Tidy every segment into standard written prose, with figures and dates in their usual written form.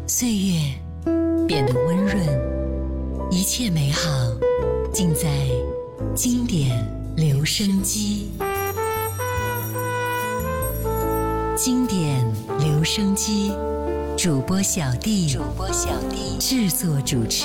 岁月变得温润，一切美好尽在经典留声机。经典留声机，主播小弟制作主持。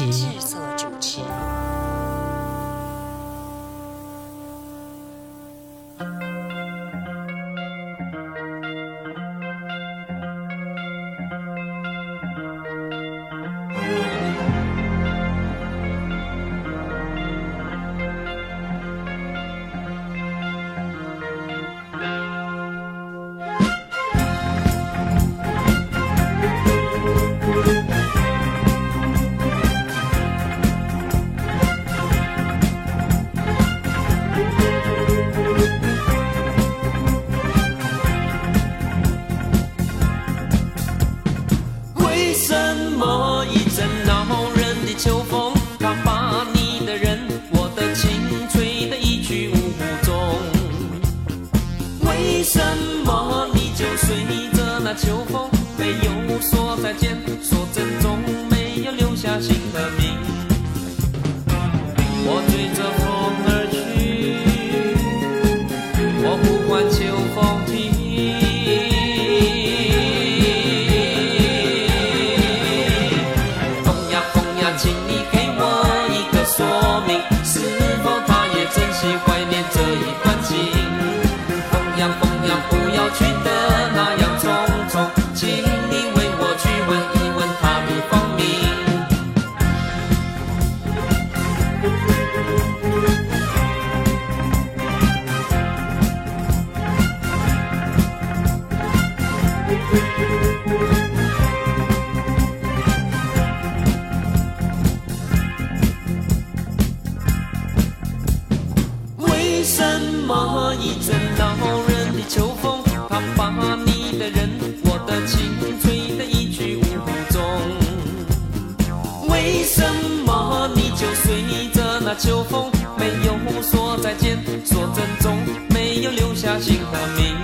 秋风没有说再见，说珍重，没有留下姓和名。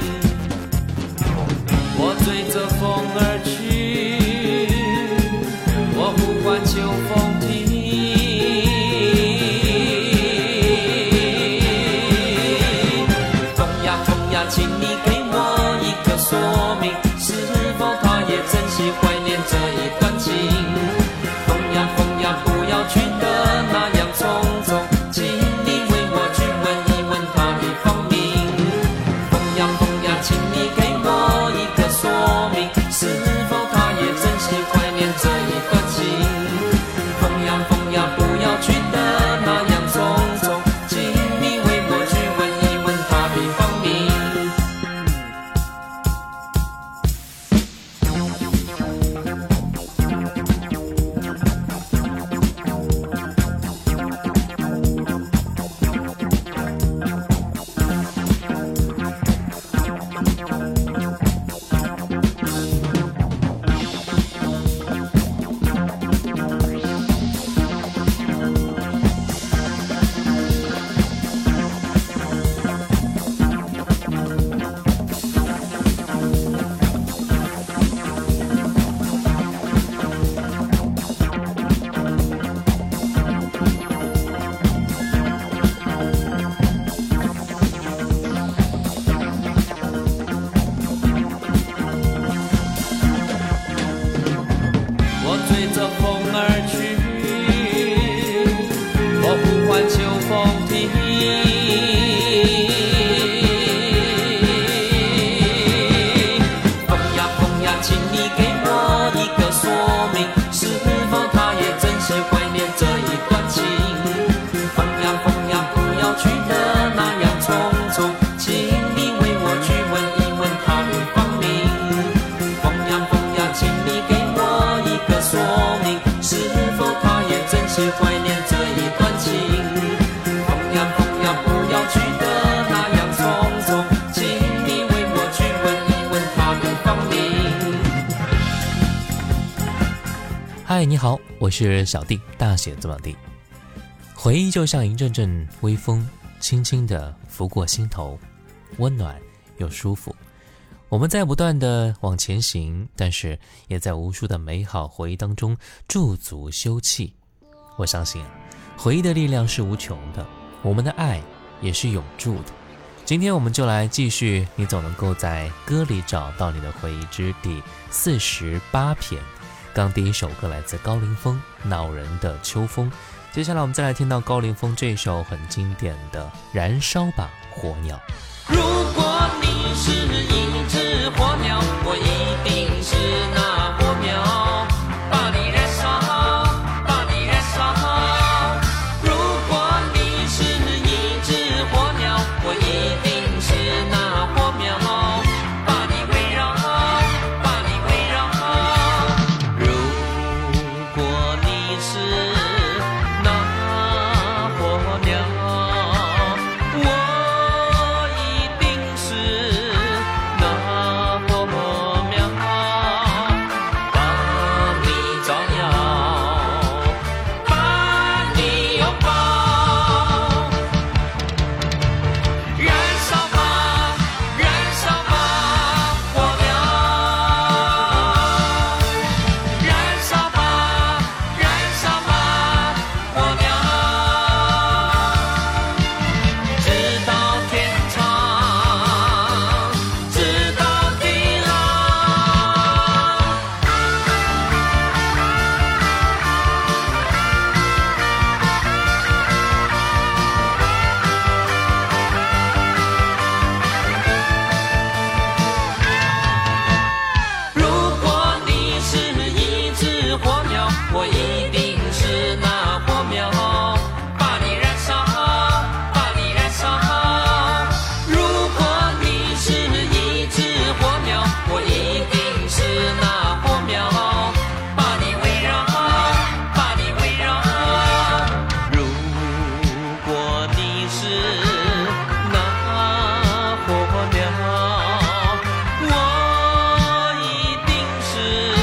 我追着风而去，我呼唤秋风停。风呀风呀，请你给我一个说明，是否他也珍惜怀念这一段情？风呀风呀，不要去的那样匆。请你为我去问一问他的芳名。风呀风呀，请你给我一个说明，是否他也珍惜怀念这一段情？风呀风呀，不要去的那样匆匆，请你为我去问一问他的芳名。怀念这一段情，风呀风呀，不要去的那样匆匆，请你为我去问一问他的芳名。 嗨，你好，我是小弟，大写字母弟。回忆就像一阵阵微风，轻轻地拂过心头，温暖又舒服。 我们在不断的往前行，但是也在无数的美好回忆当中驻足休憩。我相信回忆的力量是无穷的，我们的爱也是永驻的。今天我们就来继续，你总能够在歌里找到你的回忆之第48篇。刚第一首歌来自高凌风《恼人的秋风》，接下来我们再来听到高凌风这首很经典的《燃烧吧火鸟》。 如果你是一只火鸟，我一定是那火苗，把你燃烧，把你燃烧。如果你是一只火鸟，我一定是那火苗，把你围绕，把你围绕。如果你是那火鸟，我一定是那火苗，把你燃烧，把你燃烧。如果你是一只火苗，我一定是那火苗，把你围绕，把你围绕。如果你是那火苗，我一定是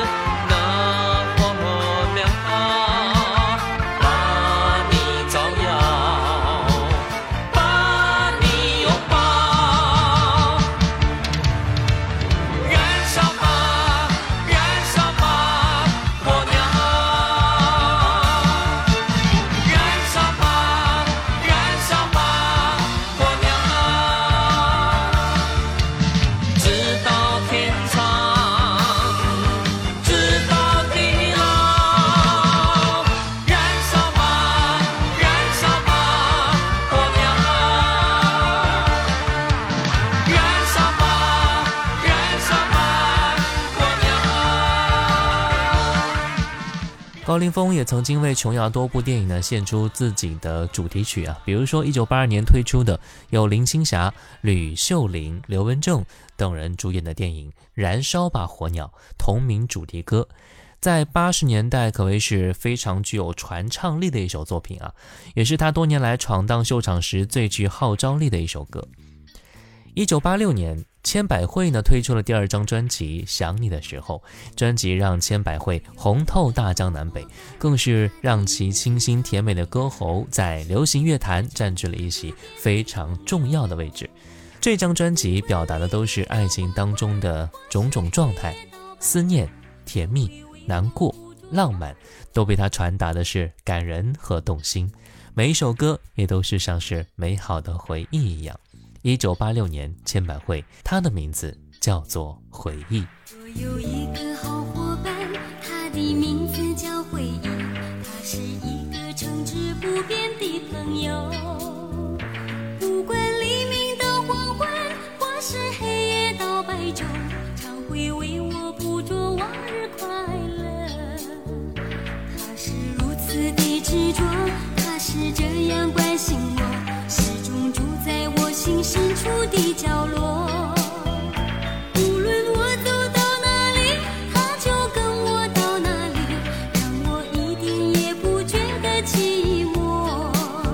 高凌风也曾经为琼瑶多部电影呢献出自己的主题曲啊，比如说1982年推出的由林青霞、吕秀玲、刘文正等人主演的电影《燃烧吧火鸟》同名主题歌，在80年代可谓是非常具有传唱力的一首作品啊，也是他多年来闯荡秀场时最具号召力的一首歌。1986年千百惠呢推出了第2张专辑《想你的时候》，专辑让千百惠红透大江南北，更是让其清新甜美的歌喉在流行乐坛占据了一席非常重要的位置。这张专辑表达的都是爱情当中的种种状态，思念、甜蜜、难过、浪漫，都被他传达的是感人和动心，每一首歌也都是像是美好的回忆一样。1986年千百惠，她的名字叫做回忆。 我有一个好伙伴，他的名字叫回忆，他是一个诚挚不变的朋友，不管黎明到黄昏，或是黑夜到白昼，常会为我捕捉往日快乐。他是如此的执着，他是这样关心我，始终住在我心深处的角落。无论我走到哪里，他就跟我到哪里，让我一点也不觉得寂寞。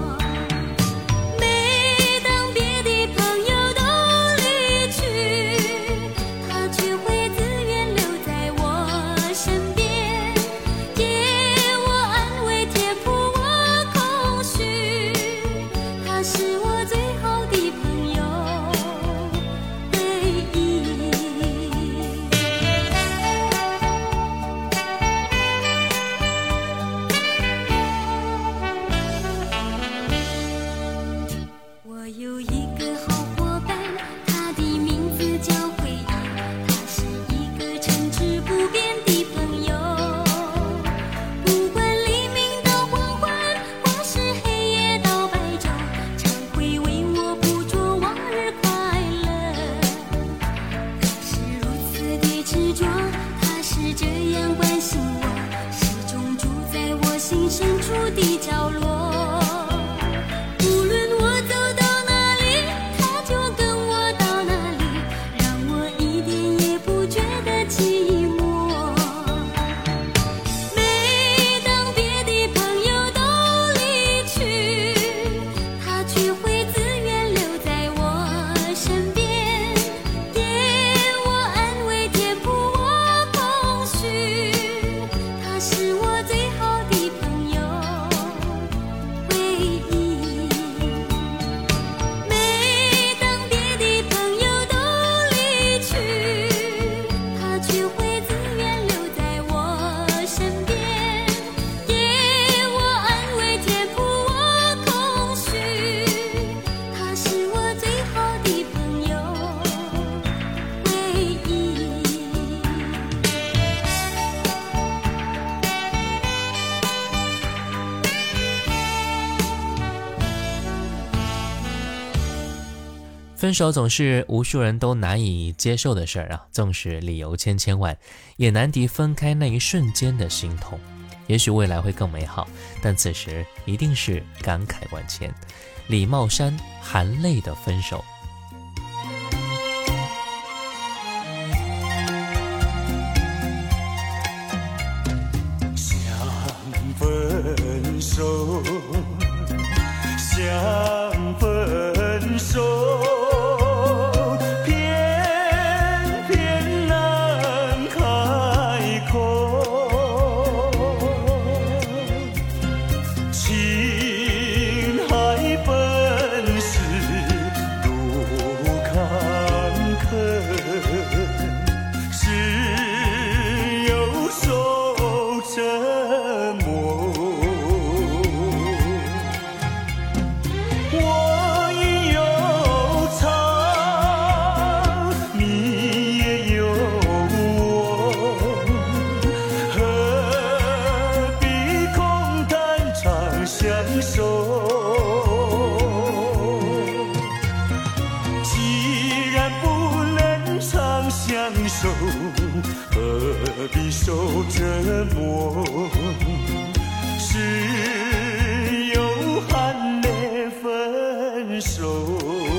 每当别的朋友都离去，他却会自愿留在我身边，给我安慰，填补我空虚。他是我最好的朋友， 分手总是无数人都难以接受的事儿啊，纵使理由千千万，也难敌分开那一瞬间的心痛。也许未来会更美好，但此时一定是感慨万千。李茂山含泪的分手。 分手，想分手，偏偏难开口。情海本是路坎坷，只有受折磨。我已有藏，你也有我，何必空谈长相守？既然不能长相守，何必受折磨？只有含泪分手。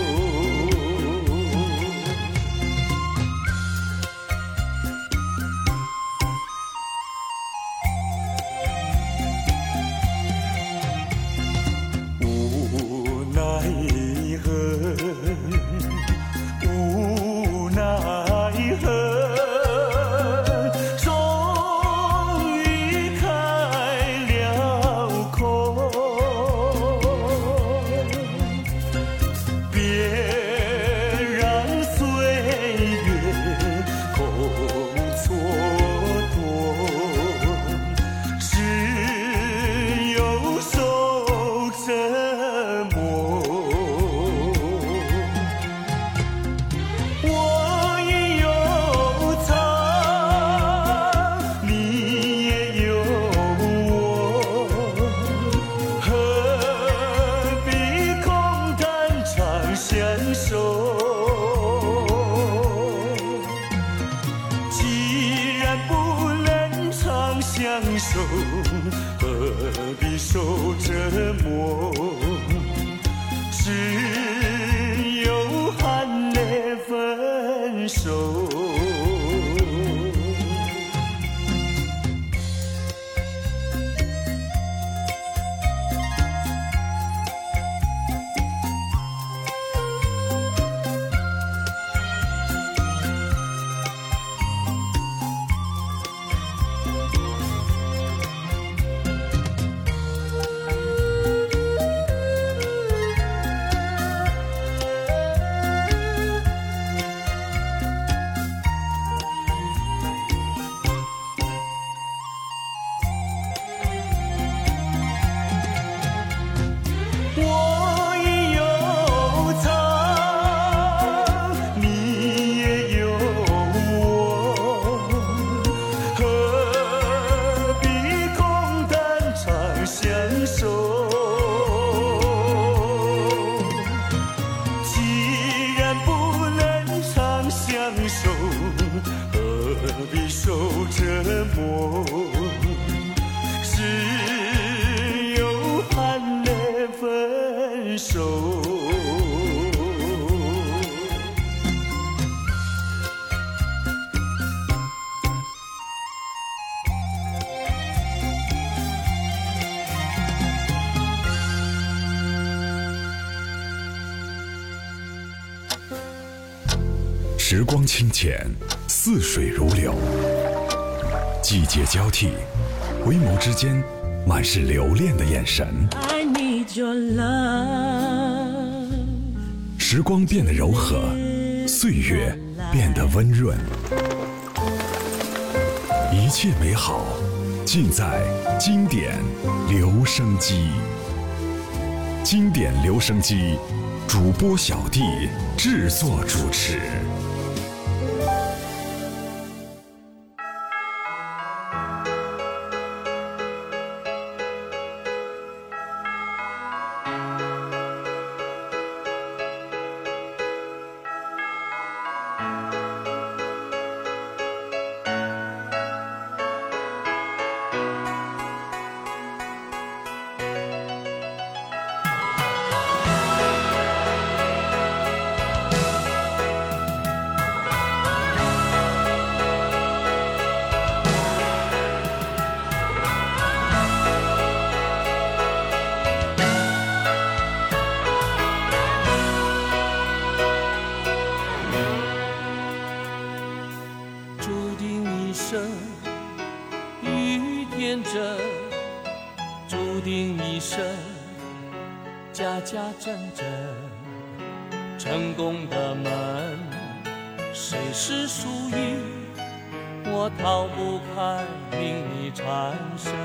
无奈何，无奈何，终于开了口。别让岁月空蹉跎，只有受折磨。我已有藏，你也有我，何必空谈长相守？既然不能长相守，何必受折磨？只有含泪分手。我已有藏，你也有我，何必空谈长相守？既然不能长相守，何必受折磨？只有含泪分手。 时光清浅，似水如流，季节交替，回眸之间满是留恋的眼神。 I need your love。 时光变得柔和，岁月变得温润，一切美好尽在经典留声机。经典留声机，主播小弟制作主持。 天真，注定一生家家阵阵，成功的门谁是输赢，我逃不开命里缠身。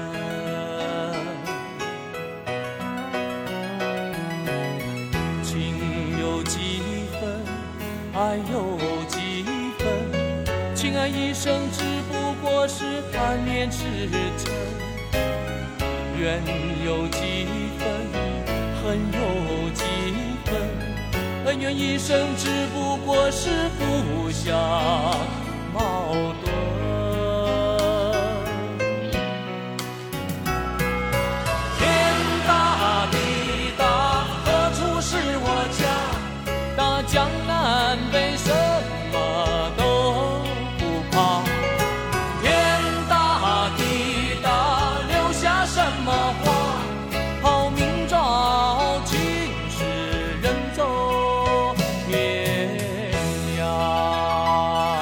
情有几分，爱有几分，情爱一生只不过是贪恋痴嗔，缘有几分，恨有几分，恩怨一生只不过是互相矛盾。天大地大，何处是我家？大江南北什么都不怕。天大地大，留下什么话？好明朝青史人走天涯。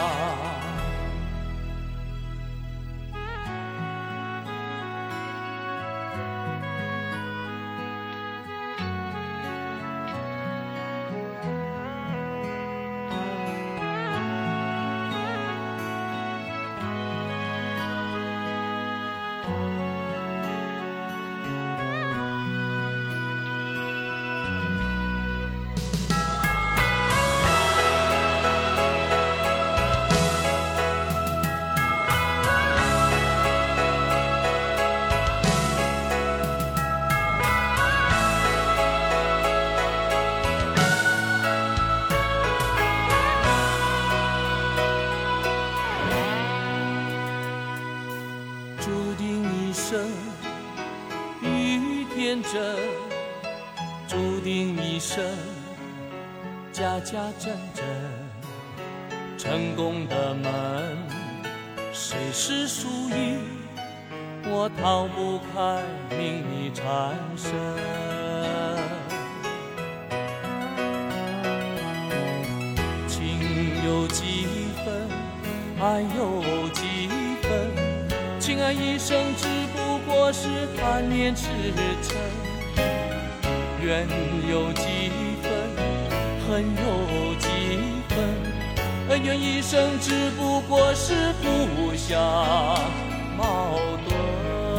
注定一生遇天真，注定一生家家阵阵，成功的门谁是输赢，我逃不开命里缠身。情有几分，爱有几分，情爱一生只不过是贪恋痴嗔，缘有几分，恨有几分，恩怨一生只不过是互相矛盾。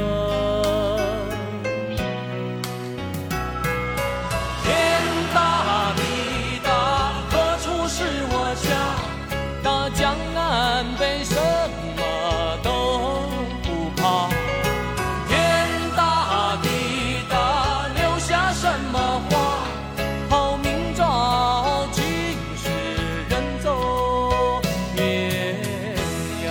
天大地大，何处是我家？大江南北什么都不怕。天大地大，留下什么话？好明朝青史人走天涯。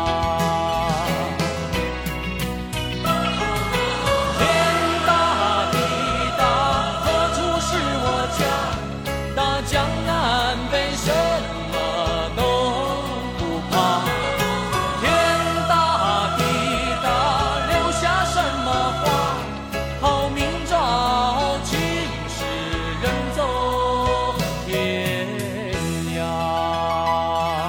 天大地大，何处是我家？大江南北什么都不怕。天大地大，留下什么话？好明朝青史人走天涯。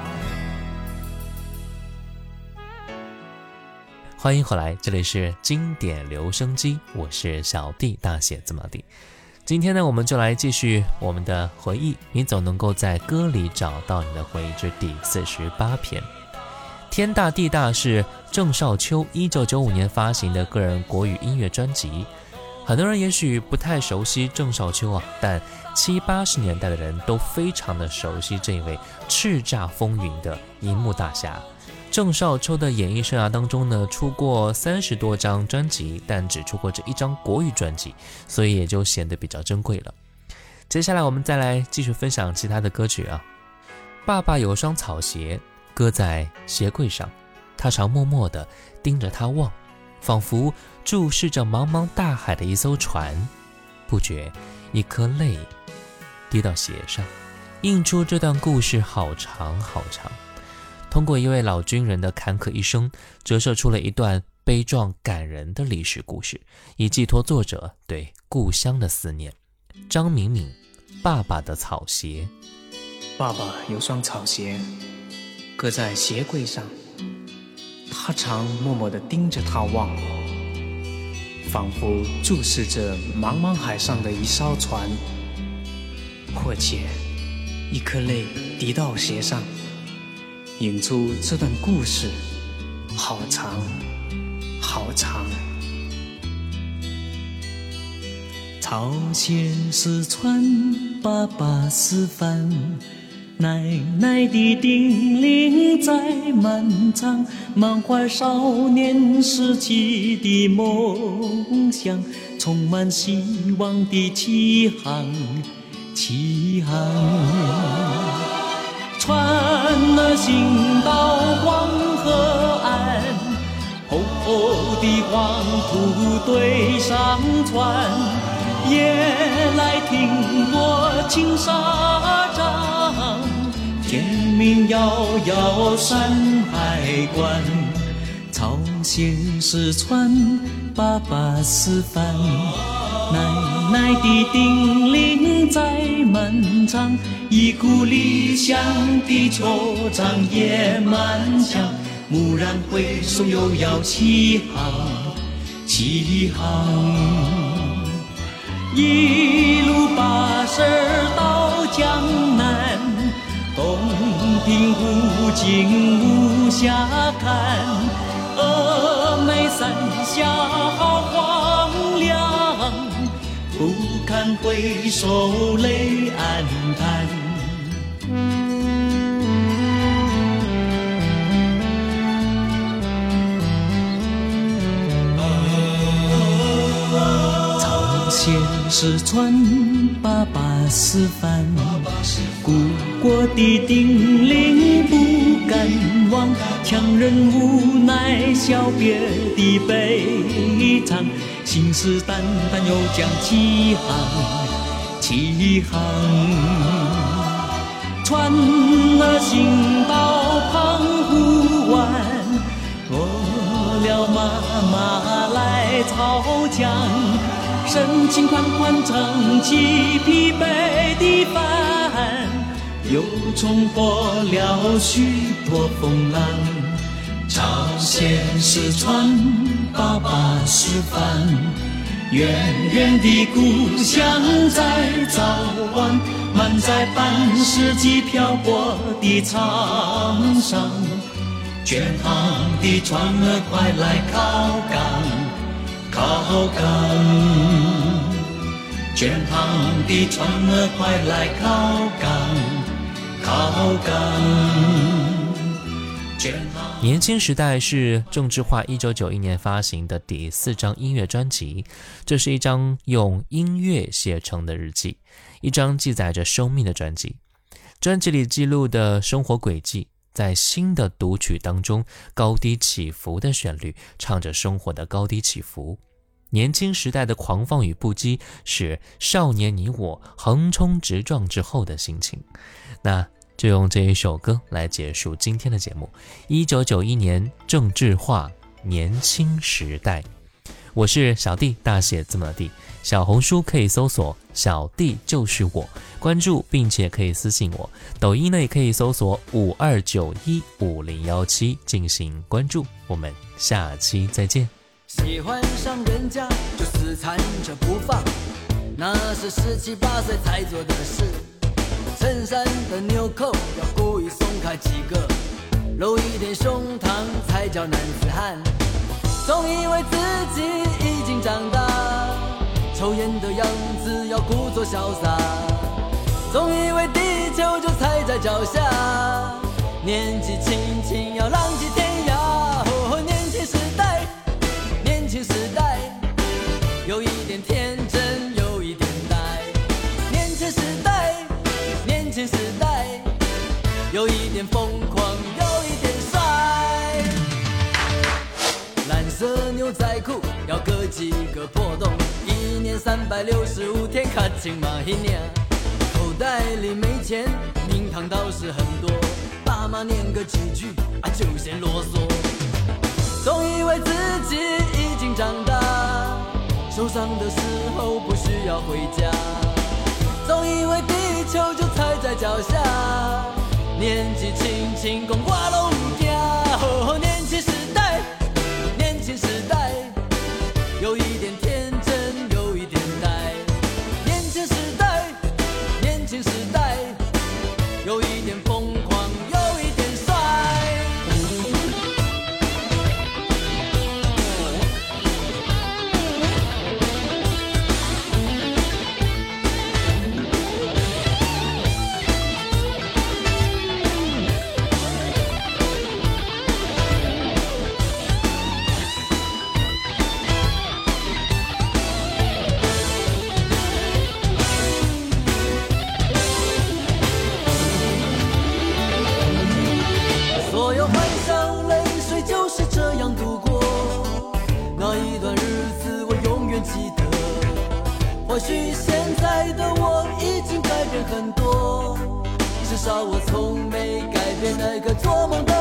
欢迎回来，这里是经典留声机，我是小弟，大写字母弟。今天呢，我们就来继续我们的回忆，你总能够在歌里找到你的回忆之第48篇。天大地大是郑少秋1995年发行的个人国语音乐专辑。很多人也许不太熟悉郑少秋啊，但70、80年代的人都非常的熟悉这位叱咤风云的荧幕大侠。郑少秋的演艺生涯当中呢，出过30多张专辑，但只出过这一张国语专辑，所以也就显得比较珍贵了。接下来我们再来继续分享其他的歌曲啊。爸爸有双草鞋，搁在鞋柜上，他常默默地盯着它望，仿佛注视着茫茫大海的一艘船。不觉一颗泪滴到鞋上，映出这段故事好长好长。通过一位老军人的坎坷一生，折射出了一段悲壮感人的历史故事，以寄托作者对故乡的思念。张敏敏，爸爸的草鞋。 爸爸有双草鞋，搁在鞋柜上， 他常默默地盯着他望，仿佛注视着茫茫海上的一艘船，或且一颗泪滴到鞋上，引出这段故事好长好长。朝鲜四川，爸爸示范，奶奶的叮咛在漫长，满怀少年时期的梦想，充满希望的起航，起航。船儿行到黄河岸，厚厚的黄土堆上船，夜来听多情沙帐，天明遥遥山海关。朝鲜四川，爸爸示范，奶奶的叮咛在漫长，一股理想的惆怅也漫长，蓦然回首又要起航，起航。一路跋涉到江南，东平湖景无暇看，峨眉山下好荒凉，不堪回首泪暗淡。四川，爸爸示范，故国的叮咛不敢忘，强忍无奈小别的悲怆，信誓旦旦又将起航，起航。船儿行到澎湖湾，驮了妈妈来草江，深情款款撑起疲惫的帆，又冲破了许多风浪。朝鲜四川，爸爸示范，远远的故乡在早晚，满载半世纪漂泊的沧桑。远航的船儿快来靠港，靠港，远航的船儿快来靠港，靠港。 年轻时代是郑智化1991年发行的第4张音乐专辑，这是一张用音乐写成的日记，一张记载着生命的专辑。专辑里记录的生活轨迹，在新的读曲当中高低起伏的旋律，唱着生活的高低起伏。年轻时代的狂放与不羁，是少年你我横冲直撞之后的心情。那就用这一首歌来结束今天的节目。1991年，郑智化，年轻时代。我是小弟，大写字母的弟。小红书可以搜索小弟就是我，关注并且可以私信我。抖音呢也可以搜索52915017进行关注。我们下期再见。 喜欢上人家就死缠着不放，那是17、18岁才做的事。衬衫的纽扣要故意松开几个，露一点胸膛才叫男子汉。总以为自己已经长大，抽烟的样子要故作潇洒。总以为地球就踩在脚下，年纪轻轻要浪迹天涯。年轻时代，年轻时代，有一点天真，有一点呆。年轻时代，年轻时代，有一点疯狂，有一点帅。蓝色牛仔裤要割几个破洞，一年365天卡青马一年。口袋里没钱，名堂倒是很多，爸妈念个几句就嫌啰嗦。总以为自己已经长大，受伤的时候不需要回家。总以为地球就踩在脚下，年纪轻轻讲我拢不惊。年轻时代， 或许现在的我已经改变很多，至少我从没改变那个做梦的